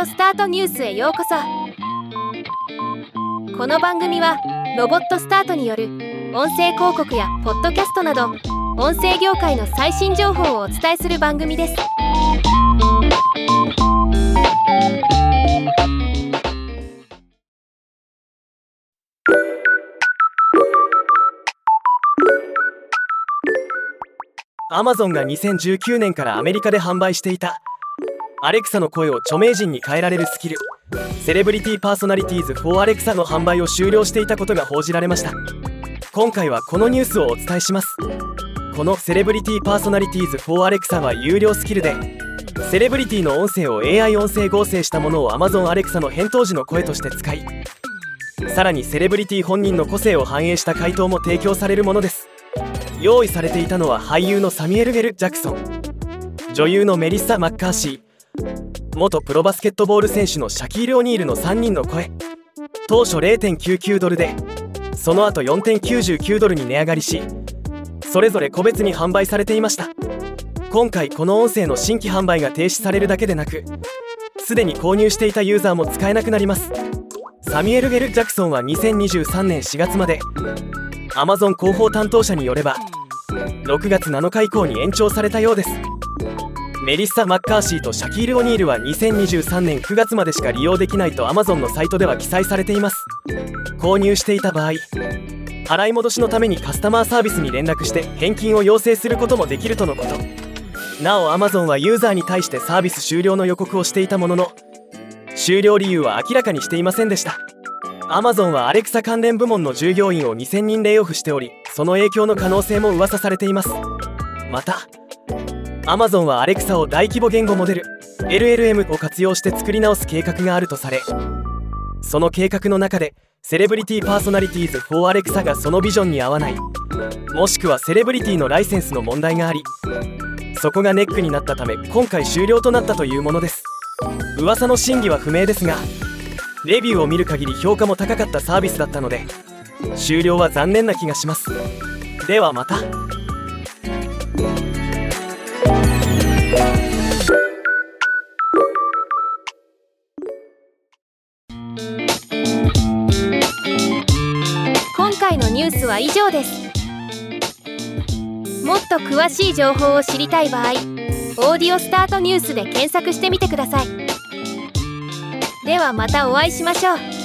オスタートニュースへようこそ。この番組はロボットスタートによる音声広告やポッドキャストなど音声業界の最新情報をお伝えする番組です。 Amazon が2019年からアメリカで販売していたアレクサの声を著名人に変えられるスキル、セレブリティパーソナリティーズ for Alexa の販売を終了していたことが報じられました。今回はこのニュースをお伝えします。このセレブリティパーソナリティーズ for Alexa は有料スキルで、セレブリティの音声を AI 音声合成したものを Amazon Alexa の返答時の声として使い、さらにセレブリティ本人の個性を反映した回答も提供されるものです。用意されていたのは俳優のサミュエル・L・ジャクソン、女優のメリッサ・マッカーシー、元プロバスケットボール選手のシャキール・オニールの3人の声。当初 $0.99 ドルで、その後 $4.99 ドルに値上がりし、それぞれ個別に販売されていました。今回この音声の新規販売が停止されるだけでなく、すでに購入していたユーザーも使えなくなります。サミュエル・L・ジャクソンは2023年4月まで、Amazon 広報担当者によれば6月7日以降に延長されたようです。メリッサ・マッカーシーとシャキール・オニールは2023年9月までしか利用できないと Amazon のサイトでは記載されています。購入していた場合、払い戻しのためにカスタマーサービスに連絡して返金を要請することもできるとのこと。なお Amazon はユーザーに対してサービス終了の予告をしていたものの、終了理由は明らかにしていませんでした。Amazon はアレクサ関連部門の従業員を2000人レイオフしており、その影響の可能性も噂されています。また Amazon はアレクサを大規模言語モデル LLM を活用して作り直す計画があるとされ、その計画の中でセレブリティパーソナリティーズ for Alexa がそのビジョンに合わない、もしくはセレブリティのライセンスの問題があり、そこがネックになったため今回終了となったというものです。噂の真偽は不明ですが、レビューを見る限り評価も高かったサービスだったので、終了は残念な気がします。ではまた。 今回のニュースは以上です。もっと詳しい情報を知りたい場合、オーディオスタートニュースで検索してみてください。ではまたお会いしましょう。